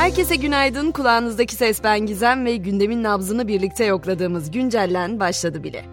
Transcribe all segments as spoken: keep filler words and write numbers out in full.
Herkese günaydın. Kulağınızdaki ses ben Gizem ve gündemin nabzını birlikte yokladığımız Güncellen başladı bile.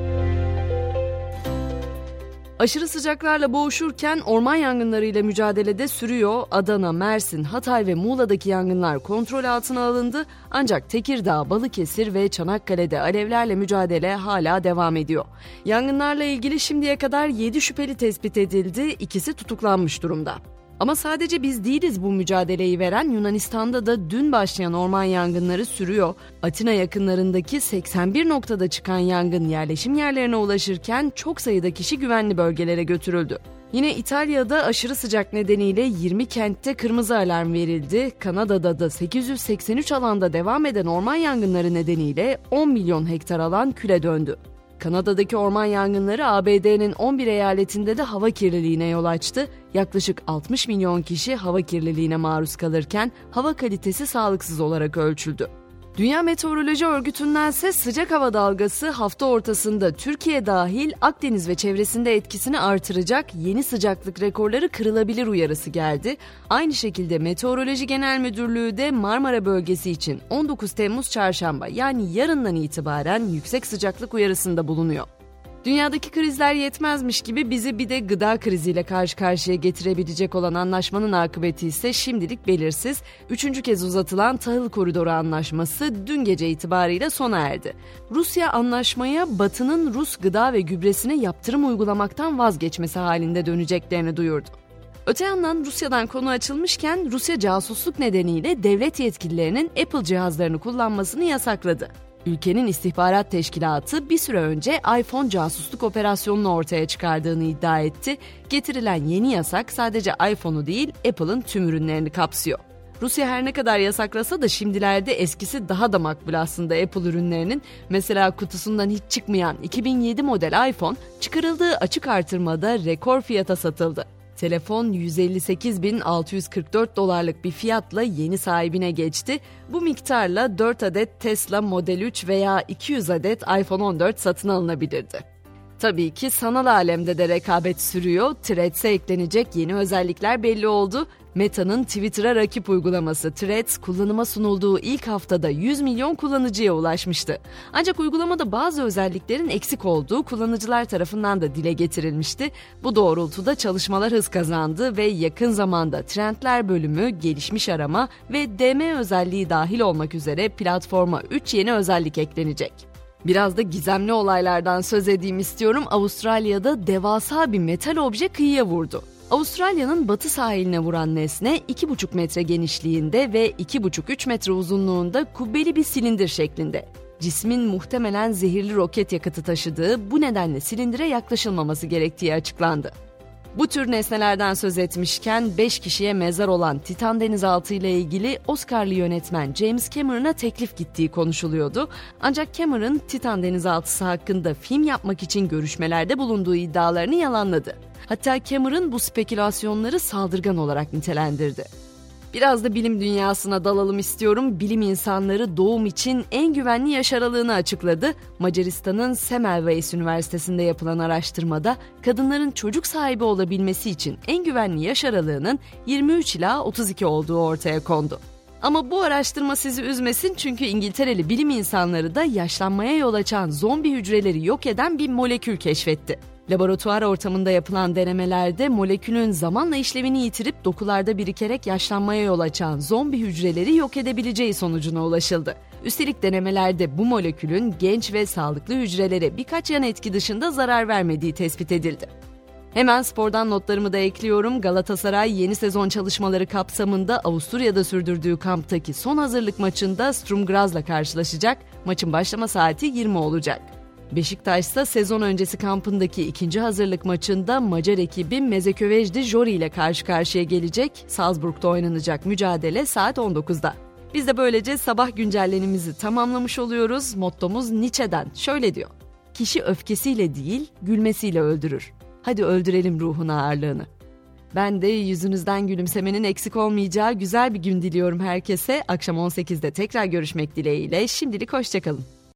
Aşırı sıcaklarla boğuşurken orman yangınlarıyla mücadelede sürüyor. Adana, Mersin, Hatay ve Muğla'daki yangınlar kontrol altına alındı. Ancak Tekirdağ, Balıkesir ve Çanakkale'de alevlerle mücadele hala devam ediyor. Yangınlarla ilgili şimdiye kadar yedi şüpheli tespit edildi. İkisi tutuklanmış durumda. Ama sadece biz değiliz bu mücadeleyi veren. Yunanistan'da da dün başlayan orman yangınları sürüyor. Atina yakınlarındaki seksen bir noktada çıkan yangın yerleşim yerlerine ulaşırken çok sayıda kişi güvenli bölgelere götürüldü. Yine İtalya'da aşırı sıcak nedeniyle yirmi kentte kırmızı alarm verildi. Kanada'da da sekiz yüz seksen üç alanda devam eden orman yangınları nedeniyle on milyon hektar alan küle döndü. Kanada'daki orman yangınları A B D'nin on bir eyaletinde de hava kirliliğine yol açtı. Yaklaşık altmış milyon kişi hava kirliliğine maruz kalırken hava kalitesi sağlıksız olarak ölçüldü. Dünya Meteoroloji Örgütü'ndense sıcak hava dalgası hafta ortasında Türkiye dahil Akdeniz ve çevresinde etkisini artıracak, yeni sıcaklık rekorları kırılabilir uyarısı geldi. Aynı şekilde Meteoroloji Genel Müdürlüğü de Marmara bölgesi için on dokuz Temmuz Çarşamba yani yarından itibaren yüksek sıcaklık uyarısında bulunuyor. Dünyadaki krizler yetmezmiş gibi bizi bir de gıda kriziyle karşı karşıya getirebilecek olan anlaşmanın akıbeti ise şimdilik belirsiz. Üçüncü kez uzatılan Tahıl Koridoru Anlaşması dün gece itibariyle sona erdi. Rusya anlaşmaya Batı'nın Rus gıda ve gübresine yaptırım uygulamaktan vazgeçmesi halinde döneceklerini duyurdu. Öte yandan Rusya'dan konu açılmışken Rusya casusluk nedeniyle devlet yetkililerinin Apple cihazlarını kullanmasını yasakladı. Ülkenin istihbarat teşkilatı bir süre önce iPhone casusluk operasyonunu ortaya çıkardığını iddia etti. Getirilen yeni yasak sadece iPhone'u değil Apple'ın tüm ürünlerini kapsıyor. Rusya her ne kadar yasaklasa da şimdilerde eskisi daha da makbul aslında Apple ürünlerinin. Mesela kutusundan hiç çıkmayan iki bin yedi model iPhone çıkarıldığı açık artırmada rekor fiyata satıldı. Telefon yüz elli sekiz bin altı yüz kırk dört dolarlık bir fiyatla yeni sahibine geçti. Bu miktarla dört adet Tesla Model üç veya iki yüz adet iPhone on dört satın alınabilirdi. Tabii ki sanal alemde de rekabet sürüyor. Threads'e eklenecek yeni özellikler belli oldu. Meta'nın Twitter'a rakip uygulaması Threads kullanıma sunulduğu ilk haftada yüz milyon kullanıcıya ulaşmıştı. Ancak uygulamada bazı özelliklerin eksik olduğu kullanıcılar tarafından da dile getirilmişti. Bu doğrultuda çalışmalar hız kazandı ve yakın zamanda Trendler bölümü, gelişmiş arama ve D M özelliği dahil olmak üzere platforma üç yeni özellik eklenecek. Biraz da gizemli olaylardan söz edeyim istiyorum. Avustralya'da devasa bir metal obje kıyıya vurdu. Avustralya'nın batı sahiline vuran nesne iki buçuk metre genişliğinde ve iki buçuk üç metre uzunluğunda kubbeli bir silindir şeklinde. Cismin muhtemelen zehirli roket yakıtı taşıdığı, bu nedenle silindire yaklaşılmaması gerektiği açıklandı. Bu tür nesnelerden söz etmişken beş kişiye mezar olan Titan denizaltı ile ilgili Oscar'lı yönetmen James Cameron'a teklif gittiği konuşuluyordu. Ancak Cameron Titan denizaltısı hakkında film yapmak için görüşmelerde bulunduğu iddialarını yalanladı. Hatta Cameron bu spekülasyonları saldırgan olarak nitelendirdi. Biraz da bilim dünyasına dalalım istiyorum. Bilim insanları doğum için en güvenli yaş aralığını açıkladı. Macaristan'ın Semmelweis Üniversitesi'nde yapılan araştırmada kadınların çocuk sahibi olabilmesi için en güvenli yaş aralığının yirmi üç ila otuz iki olduğu ortaya kondu. Ama bu araştırma sizi üzmesin çünkü İngiltereli bilim insanları da yaşlanmaya yol açan zombi hücreleri yok eden bir molekül keşfetti. Laboratuvar ortamında yapılan denemelerde molekülün zamanla işlevini yitirip dokularda birikerek yaşlanmaya yol açan zombi hücreleri yok edebileceği sonucuna ulaşıldı. Üstelik denemelerde bu molekülün genç ve sağlıklı hücrelere birkaç yan etki dışında zarar vermediği tespit edildi. Hemen spordan notlarımı da ekliyorum. Galatasaray yeni sezon çalışmaları kapsamında Avusturya'da sürdürdüğü kamptaki son hazırlık maçında Sturm Graz'la karşılaşacak. Maçın başlama saati yirmi olacak. Beşiktaş ise sezon öncesi kampındaki ikinci hazırlık maçında Macar ekibi Mezekövejdi Jori ile karşı karşıya gelecek. Salzburg'da oynanacak mücadele saat on dokuzda. Biz de böylece sabah güncellenimizi tamamlamış oluyoruz. Mottomuz Nietzsche'den şöyle diyor: kişi öfkesiyle değil, gülmesiyle öldürür. Hadi öldürelim ruhun ağırlığını. Ben de yüzünüzden gülümsemenin eksik olmayacağı güzel bir gün diliyorum herkese. Akşam on sekizde tekrar görüşmek dileğiyle. Şimdilik hoşça kalın.